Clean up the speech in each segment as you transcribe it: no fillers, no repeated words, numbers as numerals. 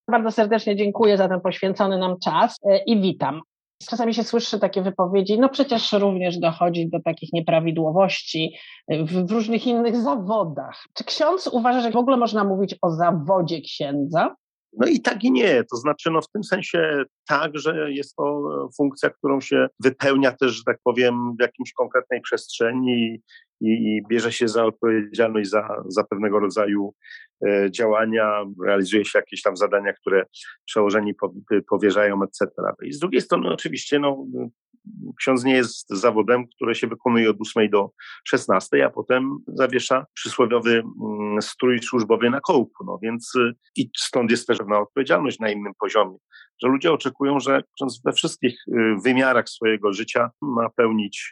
Bardzo serdecznie dziękuję za ten poświęcony nam czas i witam. Czasami się słyszy takie wypowiedzi, no przecież również dochodzi do takich nieprawidłowości w różnych innych zawodach. Czy ksiądz uważa, że w ogóle można mówić o zawodzie księdza? No i tak i nie, to znaczy w tym sensie tak, że jest to funkcja, którą się wypełnia też, że tak powiem, w jakimś konkretnej przestrzeni i bierze się za odpowiedzialność za pewnego rodzaju działania, realizuje się jakieś tam zadania, które przełożeni powierzają, etc. I z drugiej strony oczywiście ksiądz nie jest zawodem, które się wykonuje od 8 do 16, a potem zawiesza przysłowiowy strój służbowy na kołku. Więc i stąd jest też pewna odpowiedzialność na innym poziomie, że ludzie oczekują, że ksiądz we wszystkich wymiarach swojego życia ma pełnić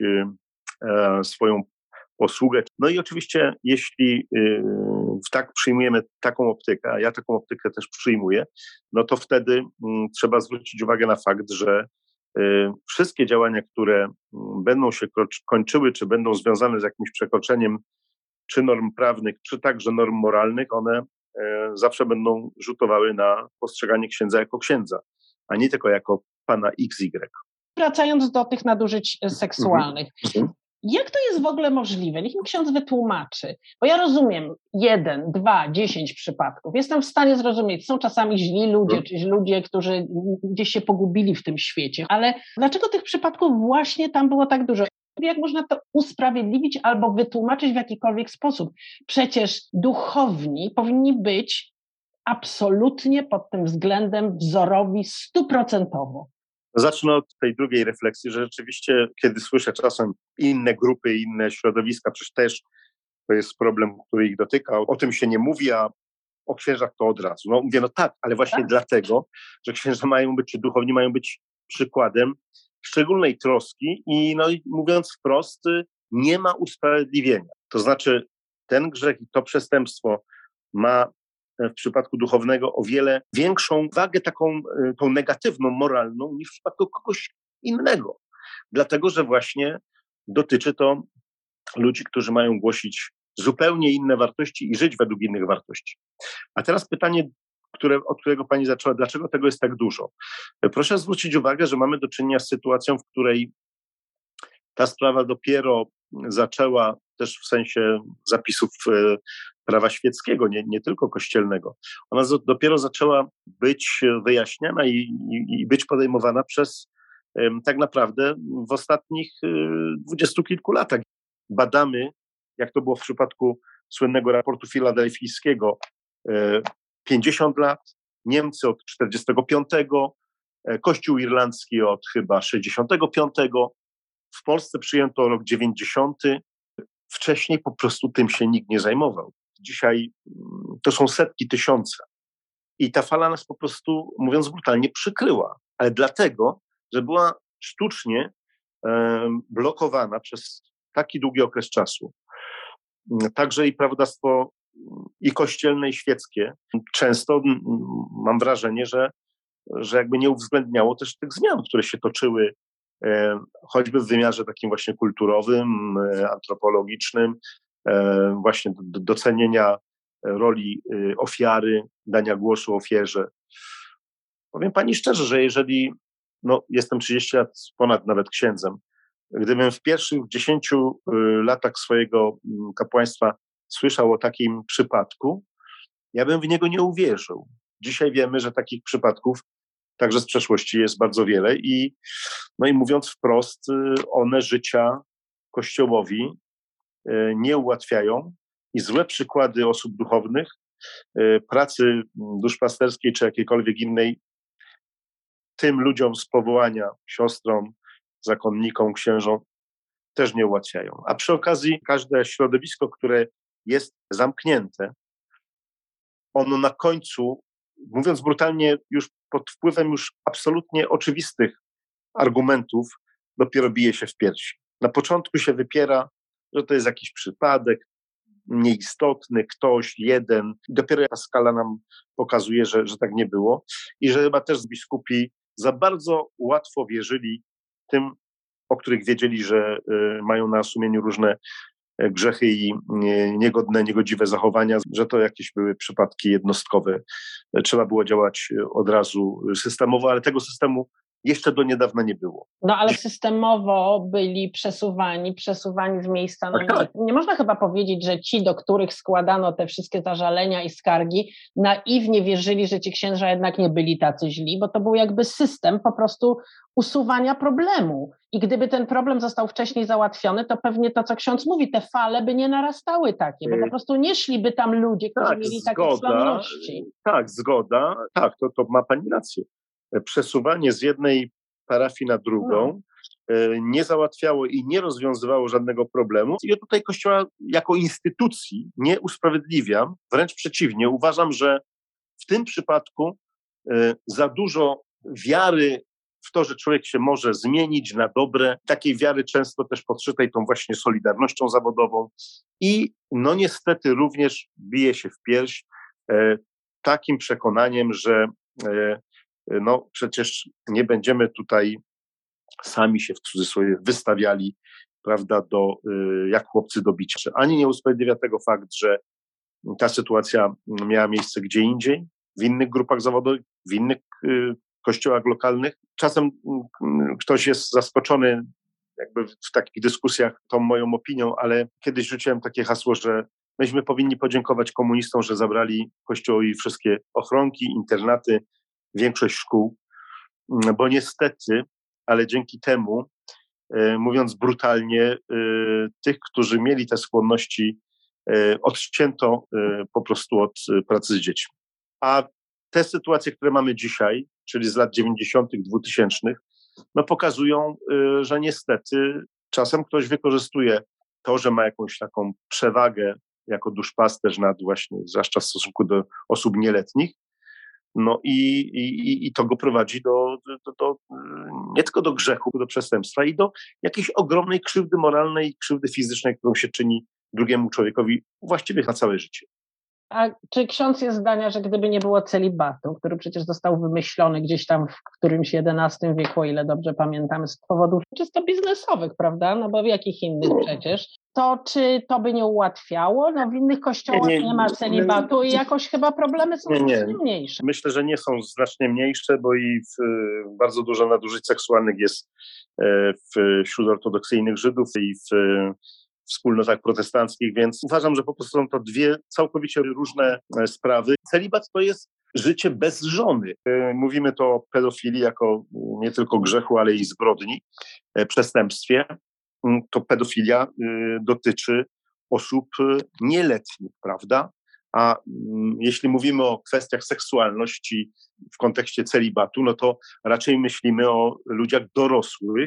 swoją posługę. No i oczywiście, jeśli tak przyjmujemy taką optykę, a ja taką optykę też przyjmuję, no to wtedy trzeba zwrócić uwagę na fakt, że wszystkie działania, które będą się kończyły, czy będą związane z jakimś przekroczeniem czy norm prawnych, czy także norm moralnych, one zawsze będą rzutowały na postrzeganie księdza jako księdza, a nie tylko jako pana XY. Wracając do tych nadużyć seksualnych. Jak to jest w ogóle możliwe? Niech mi ksiądz wytłumaczy. Bo ja rozumiem 1, 2, 10 przypadków. Jestem w stanie zrozumieć, są czasami źli ludzie, czy ludzie, którzy gdzieś się pogubili w tym świecie. Ale dlaczego tych przypadków właśnie tam było tak dużo? Jak można to usprawiedliwić albo wytłumaczyć w jakikolwiek sposób? Przecież duchowni powinni być absolutnie pod tym względem wzorowi 100%. Zacznę od tej drugiej refleksji, że rzeczywiście, kiedy słyszę czasem inne grupy, inne środowiska, przecież też to jest problem, który ich dotyka, o tym się nie mówi, a o księżach to od razu. Mówię, tak, ale właśnie dlatego, że księża mają być, czy duchowni mają być przykładem szczególnej troski i mówiąc wprost, nie ma usprawiedliwienia. To znaczy ten grzech i to przestępstwo ma w przypadku duchownego o wiele większą wagę taką tą negatywną, moralną niż w przypadku kogoś innego. Dlatego, że właśnie dotyczy to ludzi, którzy mają głosić zupełnie inne wartości i żyć według innych wartości. A teraz pytanie, od którego pani zaczęła, dlaczego tego jest tak dużo? Proszę zwrócić uwagę, że mamy do czynienia z sytuacją, w której ta sprawa dopiero zaczęła też w sensie zapisów prawa świeckiego, nie tylko kościelnego. Ona dopiero zaczęła być wyjaśniana i być podejmowana przez tak naprawdę w ostatnich 20 kilku latach. Badamy, jak to było w przypadku słynnego raportu filadelfijskiego, 50 lat, Niemcy od 45, Kościół irlandzki od chyba 65, w Polsce przyjęto rok 90. Wcześniej po prostu tym się nikt nie zajmował. Dzisiaj to są setki, tysiące. I ta fala nas po prostu, mówiąc brutalnie, przykryła. Ale dlatego, że była sztucznie blokowana przez taki długi okres czasu. Także i prawodawstwo i kościelne, i świeckie często mam wrażenie, że jakby nie uwzględniało też tych zmian, które się toczyły choćby w wymiarze takim właśnie kulturowym, antropologicznym, właśnie docenienia roli ofiary, dania głosu ofierze. Powiem pani szczerze, że jeżeli, jestem 30 lat ponad nawet księdzem, gdybym w pierwszych 10 latach swojego kapłaństwa słyszał o takim przypadku, ja bym w niego nie uwierzył. Dzisiaj wiemy, że takich przypadków także z przeszłości jest bardzo wiele i mówiąc wprost, one życia Kościołowi nie ułatwiają i złe przykłady osób duchownych, pracy duszpasterskiej czy jakiejkolwiek innej, tym ludziom z powołania, siostrom, zakonnikom, księżom, też nie ułatwiają. A przy okazji każde środowisko, które jest zamknięte, ono na końcu, mówiąc brutalnie, już pod wpływem już absolutnie oczywistych argumentów, dopiero bije się w piersi. Na początku się wypiera, że to jest jakiś przypadek, nieistotny, ktoś, jeden. I dopiero ta skala nam pokazuje, że tak nie było i że chyba też biskupi za bardzo łatwo wierzyli tym, o których wiedzieli, że mają na sumieniu różne grzechy i niegodziwe zachowania, że to jakieś były przypadki jednostkowe. Trzeba było działać od razu systemowo, ale tego systemu jeszcze do niedawna nie było. No ale systemowo byli przesuwani z miejsca na miejsce. Tak. Nie można chyba powiedzieć, że ci, do których składano te wszystkie zażalenia i skargi, naiwnie wierzyli, że ci księża jednak nie byli tacy źli, bo to był jakby system po prostu usuwania problemu. I gdyby ten problem został wcześniej załatwiony, to pewnie to, co ksiądz mówi, te fale by nie narastały takie, bo po prostu nie szliby tam ludzie, którzy mieli takie słabności. Tak, zgoda. Tak, to ma pani rację. Przesuwanie z jednej parafii na drugą nie załatwiało i nie rozwiązywało żadnego problemu. I ja tutaj Kościoła jako instytucji nie usprawiedliwiam, wręcz przeciwnie. Uważam, że w tym przypadku za dużo wiary w to, że człowiek się może zmienić na dobre, takiej wiary często też podszytej tą właśnie solidarnością zawodową i no niestety również bije się w pierś takim przekonaniem, że no przecież nie będziemy tutaj sami się w cudzysłowie wystawiali, prawda, jak chłopcy do bicia. Ani nie usprawiedliwia tego fakt, że ta sytuacja miała miejsce gdzie indziej, w innych grupach zawodowych, w innych kościołach lokalnych. Czasem ktoś jest zaskoczony jakby w takich dyskusjach tą moją opinią, ale kiedyś rzuciłem takie hasło, że myśmy powinni podziękować komunistom, że zabrali Kościołowi wszystkie ochronki, internaty, większość szkół, bo niestety, ale dzięki temu, mówiąc brutalnie, tych, którzy mieli te skłonności, odcięto po prostu od pracy z dziećmi. A te sytuacje, które mamy dzisiaj, czyli z lat 90., 2000, no pokazują, że niestety czasem ktoś wykorzystuje to, że ma jakąś taką przewagę jako duszpasterz nad właśnie, zwłaszcza w stosunku do osób nieletnich, no i to go prowadzi do nie tylko do grzechu, do przestępstwa i do jakiejś ogromnej krzywdy moralnej, krzywdy fizycznej, którą się czyni drugiemu człowiekowi właściwie na całe życie. A czy ksiądz jest zdania, że gdyby nie było celibatu, który przecież został wymyślony gdzieś tam w którymś XI wieku, o ile dobrze pamiętam, z powodów czysto biznesowych, prawda? No bo w jakich innych przecież? To czy to by nie ułatwiało? No w innych kościołach nie ma celibatu i jakoś chyba problemy są znacznie mniejsze. Myślę, że nie są znacznie mniejsze, bo i bardzo dużo nadużyć seksualnych jest wśród ortodoksyjnych Żydów i w wspólnotach protestanckich, więc uważam, że po prostu są to dwie całkowicie różne sprawy. Celibat to jest życie bez żony. Mówimy to o pedofilii jako nie tylko grzechu, ale i zbrodni, przestępstwie. To pedofilia dotyczy osób nieletnich, prawda? A jeśli mówimy o kwestiach seksualności w kontekście celibatu, no to raczej myślimy o ludziach dorosłych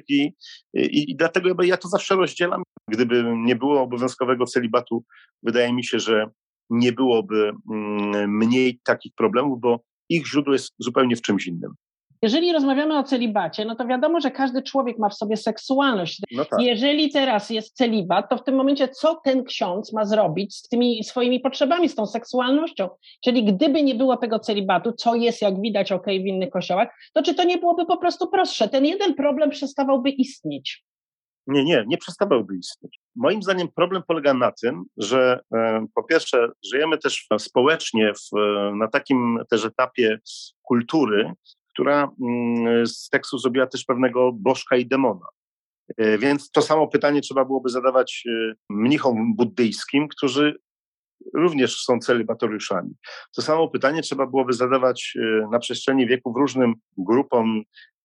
i dlatego ja to zawsze rozdzielam. Gdyby nie było obowiązkowego celibatu, wydaje mi się, że nie byłoby mniej takich problemów, bo ich źródło jest zupełnie w czymś innym. Jeżeli rozmawiamy o celibacie, no to wiadomo, że każdy człowiek ma w sobie seksualność. No tak. Jeżeli teraz jest celibat, to w tym momencie co ten ksiądz ma zrobić z tymi swoimi potrzebami, z tą seksualnością? Czyli gdyby nie było tego celibatu, co jest, jak widać, w innych kościołach, to czy to nie byłoby po prostu prostsze? Ten jeden problem przestawałby istnieć. Nie przestawałby istnieć. Moim zdaniem problem polega na tym, że po pierwsze żyjemy też społecznie na takim też etapie kultury, która z tekstu zrobiła też pewnego bożka i demona. Więc to samo pytanie trzeba byłoby zadawać mnichom buddyjskim, którzy również są celibatoriuszami. To samo pytanie trzeba byłoby zadawać na przestrzeni wieków różnym grupom,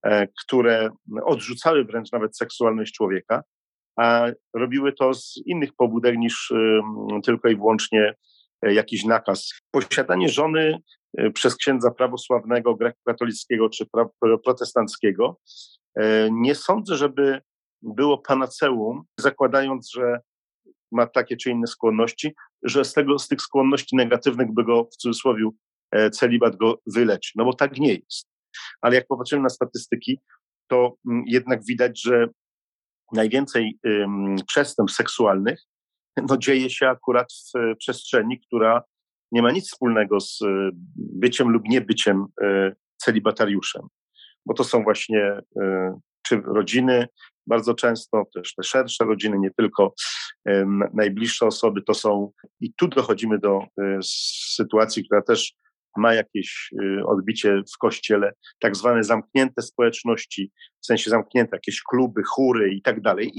które odrzucały wręcz nawet seksualność człowieka, a robiły to z innych pobudek niż tylko i wyłącznie jakiś nakaz. Posiadanie żony przez księdza prawosławnego, grekokatolickiego czy protestanckiego nie sądzę, żeby było panaceum, zakładając, że ma takie czy inne skłonności, że z tych skłonności negatywnych by go w cudzysłowie celibat go wyleczy. No bo tak nie jest. Ale jak popatrzymy na statystyki, to jednak widać, że najwięcej przestępstw seksualnych dzieje się akurat w przestrzeni, która nie ma nic wspólnego z byciem lub niebyciem celibatariuszem. Bo to są właśnie czy rodziny bardzo często, też te szersze rodziny, nie tylko najbliższe osoby to są, i tu dochodzimy do sytuacji, która też ma jakieś odbicie w Kościele, tak zwane zamknięte społeczności, w sensie zamknięte jakieś kluby, chóry i tak dalej.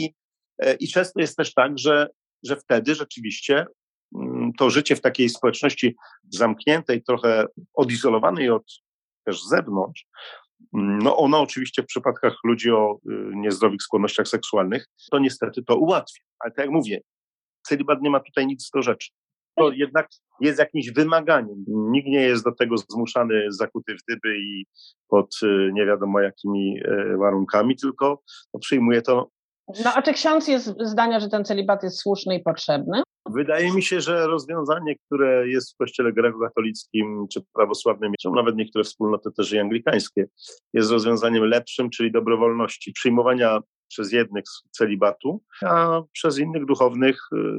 I często jest też tak, że wtedy rzeczywiście to życie w takiej społeczności zamkniętej, trochę odizolowanej od też z zewnątrz, no ono oczywiście w przypadkach ludzi o niezdrowych skłonnościach seksualnych, to niestety to ułatwia. Ale tak jak mówię, celibat nie ma tutaj nic do rzeczy. To jednak jest jakimś wymaganiem. Nikt nie jest do tego zmuszany, zakuty w dyby i pod nie wiadomo jakimi warunkami, tylko przyjmuje to. No a czy ksiądz jest zdania, że ten celibat jest słuszny i potrzebny? Wydaje mi się, że rozwiązanie, które jest w kościele grekokatolickim czy prawosławnym, czy nawet niektóre wspólnoty też i anglikańskie, jest rozwiązaniem lepszym, czyli dobrowolności, przyjmowania przez jednych celibatu, a przez innych duchownych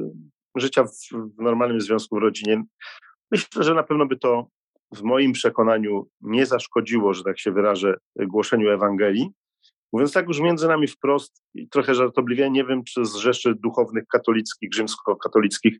życia w normalnym związku w rodzinie. Myślę, że na pewno by to w moim przekonaniu nie zaszkodziło, że tak się wyrażę, głoszeniu Ewangelii. Mówiąc tak już między nami wprost i trochę żartobliwie, nie wiem, czy z rzeszy duchownych katolickich, rzymskokatolickich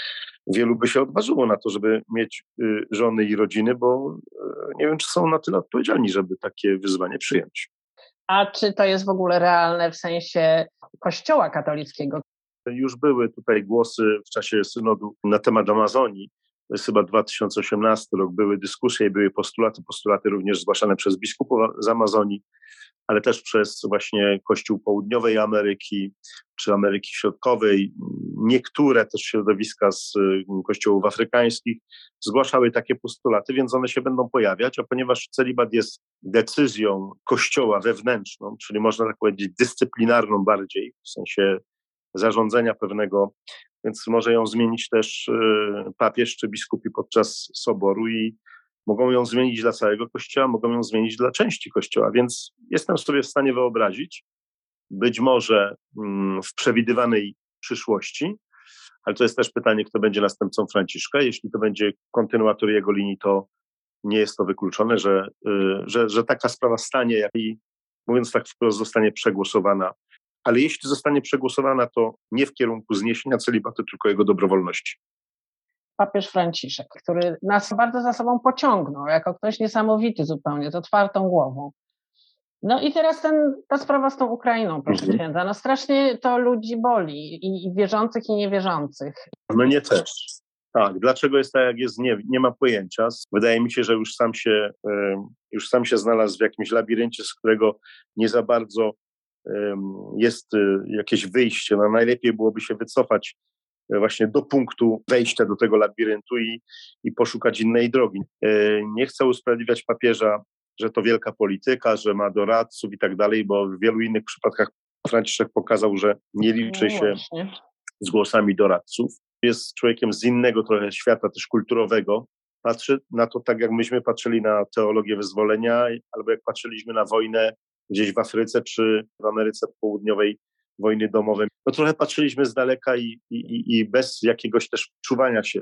wielu by się odważyło na to, żeby mieć żony i rodziny, bo nie wiem, czy są na tyle odpowiedzialni, żeby takie wyzwanie przyjąć. A czy to jest w ogóle realne w sensie Kościoła katolickiego? Już były tutaj głosy w czasie synodu na temat Amazonii. To jest chyba 2018 rok. Były dyskusje i były postulaty również zgłaszane przez biskupów z Amazonii, ale też przez właśnie Kościół Południowej Ameryki czy Ameryki Środkowej. Niektóre też środowiska z kościołów afrykańskich zgłaszały takie postulaty, więc one się będą pojawiać, a ponieważ celibat jest decyzją Kościoła wewnętrzną, czyli można tak powiedzieć dyscyplinarną bardziej, w sensie zarządzenia pewnego, więc może ją zmienić też papież czy biskupi podczas soboru i mogą ją zmienić dla całego Kościoła, mogą ją zmienić dla części Kościoła, więc jestem sobie w stanie wyobrazić, być może w przewidywanej przyszłości, ale to jest też pytanie, kto będzie następcą Franciszka. Jeśli to będzie kontynuator jego linii, to nie jest to wykluczone, że taka sprawa stanie, jak i mówiąc tak wprost, zostanie przegłosowana. Ale jeśli zostanie przegłosowana, to nie w kierunku zniesienia celibatu, tylko jego dobrowolności. Papież Franciszek, który nas bardzo za sobą pociągnął, jako ktoś niesamowity zupełnie, z otwartą głową. No i teraz ta sprawa z tą Ukrainą, proszę księdza, no strasznie to ludzi boli, i wierzących, i niewierzących. Mnie też. Tak, dlaczego jest tak, jak jest, nie ma pojęcia. Wydaje mi się, że już sam się znalazł w jakimś labiryncie, z którego nie za bardzo jest jakieś wyjście. No, najlepiej byłoby się wycofać właśnie do punktu wejścia do tego labiryntu i poszukać innej drogi. Nie chcę usprawiedliwiać papieża, że to wielka polityka, że ma doradców i tak dalej, bo w wielu innych przypadkach Franciszek pokazał, że nie liczy się z głosami doradców. Jest człowiekiem z innego trochę świata, też kulturowego. Patrzy na to tak, jak myśmy patrzyli na teologię wyzwolenia, albo jak patrzyliśmy na wojnę gdzieś w Afryce czy w Ameryce Południowej, wojny domowe. No trochę patrzyliśmy z daleka i bez jakiegoś też czuwania się.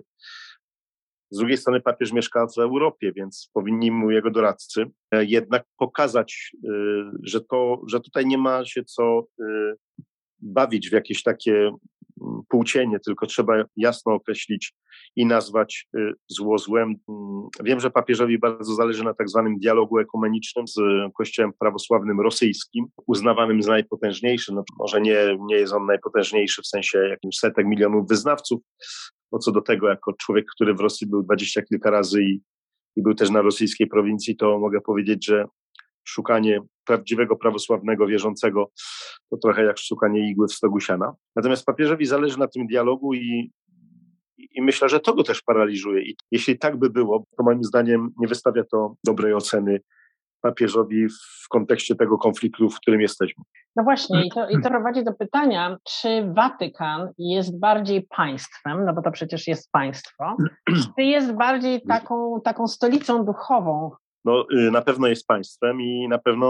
Z drugiej strony papież mieszka w Europie, więc powinni mu jego doradcy jednak pokazać, że tutaj nie ma się co bawić w jakieś takie półcienie, tylko trzeba jasno określić i nazwać zło złem. Wiem, że papieżowi bardzo zależy na tak zwanym dialogu ekumenicznym z Kościołem prawosławnym rosyjskim, uznawanym za najpotężniejszy. No, może nie jest on najpotężniejszy w sensie jakimś setek milionów wyznawców. No co do tego, jako człowiek, który w Rosji był 20 kilka razy i był też na rosyjskiej prowincji, to mogę powiedzieć, że szukanie prawdziwego prawosławnego wierzącego to trochę jak szukanie igły w stogu siana. Natomiast papieżowi zależy na tym dialogu i myślę, że to go też paraliżuje. I jeśli tak by było, to moim zdaniem nie wystawia to dobrej oceny papieżowi w kontekście tego konfliktu, w którym jesteśmy. No właśnie, i to prowadzi do pytania, czy Watykan jest bardziej państwem, no bo to przecież jest państwo, czy jest bardziej taką stolicą duchową? No, na pewno jest państwem i na pewno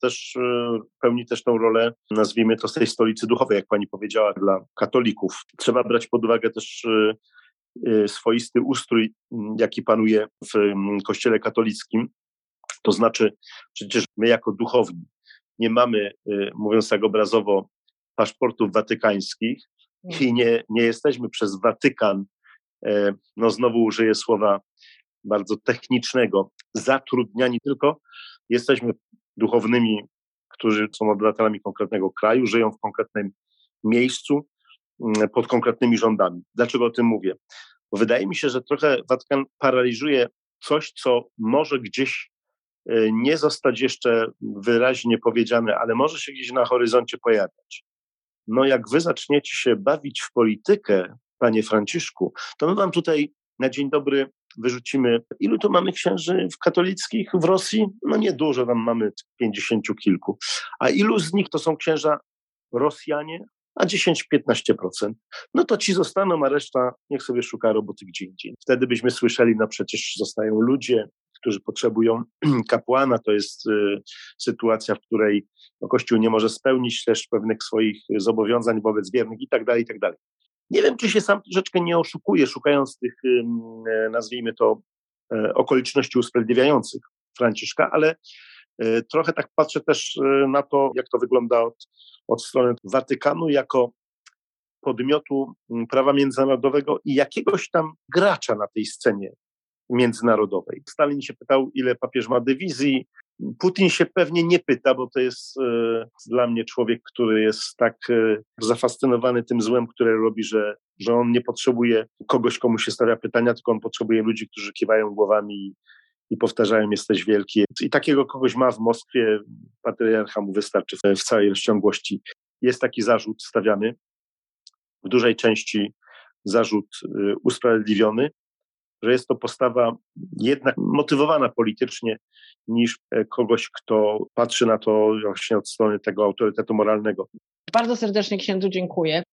pełni też tą rolę, nazwijmy to, z tej stolicy duchowej, jak pani powiedziała, dla katolików. Trzeba brać pod uwagę też swoisty ustrój, jaki panuje w Kościele katolickim. To znaczy, przecież my jako duchowni nie mamy, mówiąc tak obrazowo, paszportów watykańskich i nie jesteśmy przez Watykan, no znowu użyję słowa bardzo technicznego, zatrudniani, tylko jesteśmy duchownymi, którzy są obywatelami konkretnego kraju, żyją w konkretnym miejscu, pod konkretnymi rządami. Dlaczego o tym mówię? Bo wydaje mi się, że trochę Watykan paraliżuje coś, co może gdzieś nie zostać jeszcze wyraźnie powiedziane, ale może się gdzieś na horyzoncie pojawiać. No jak wy zaczniecie się bawić w politykę, panie Franciszku, to my wam tutaj na dzień dobry wyrzucimy, ilu tu mamy księży katolickich w Rosji? No niedużo, tam mamy 50 kilku. A ilu z nich to są księża Rosjanie? A 10-15%. No to ci zostaną, a reszta niech sobie szuka roboty gdzie indziej. Wtedy byśmy słyszeli, no przecież zostają ludzie, którzy potrzebują kapłana. To jest sytuacja, w której Kościół nie może spełnić też pewnych swoich zobowiązań wobec wiernych i tak dalej, i tak dalej. Nie wiem, czy się sam troszeczkę nie oszukuje, szukając tych, nazwijmy to, okoliczności usprawiedliwiających Franciszka, ale trochę tak patrzę też na to, jak to wygląda od strony Watykanu jako podmiotu prawa międzynarodowego i jakiegoś tam gracza na tej scenie międzynarodowej. Stalin się pytał, ile papież ma dywizji. Putin się pewnie nie pyta, bo to jest dla mnie człowiek, który jest tak zafascynowany tym złem, które robi, że on nie potrzebuje kogoś, komu się stawia pytania, tylko on potrzebuje ludzi, którzy kiwają głowami i powtarzają, jesteś wielki. I takiego kogoś ma w Moskwie, patriarcha mu wystarczy w całej rozciągłości. Jest taki zarzut stawiany, w dużej części zarzut usprawiedliwiony, że jest to postawa jednak motywowana politycznie niż kogoś, kto patrzy na to właśnie od strony tego autorytetu moralnego. Bardzo serdecznie księdzu dziękuję.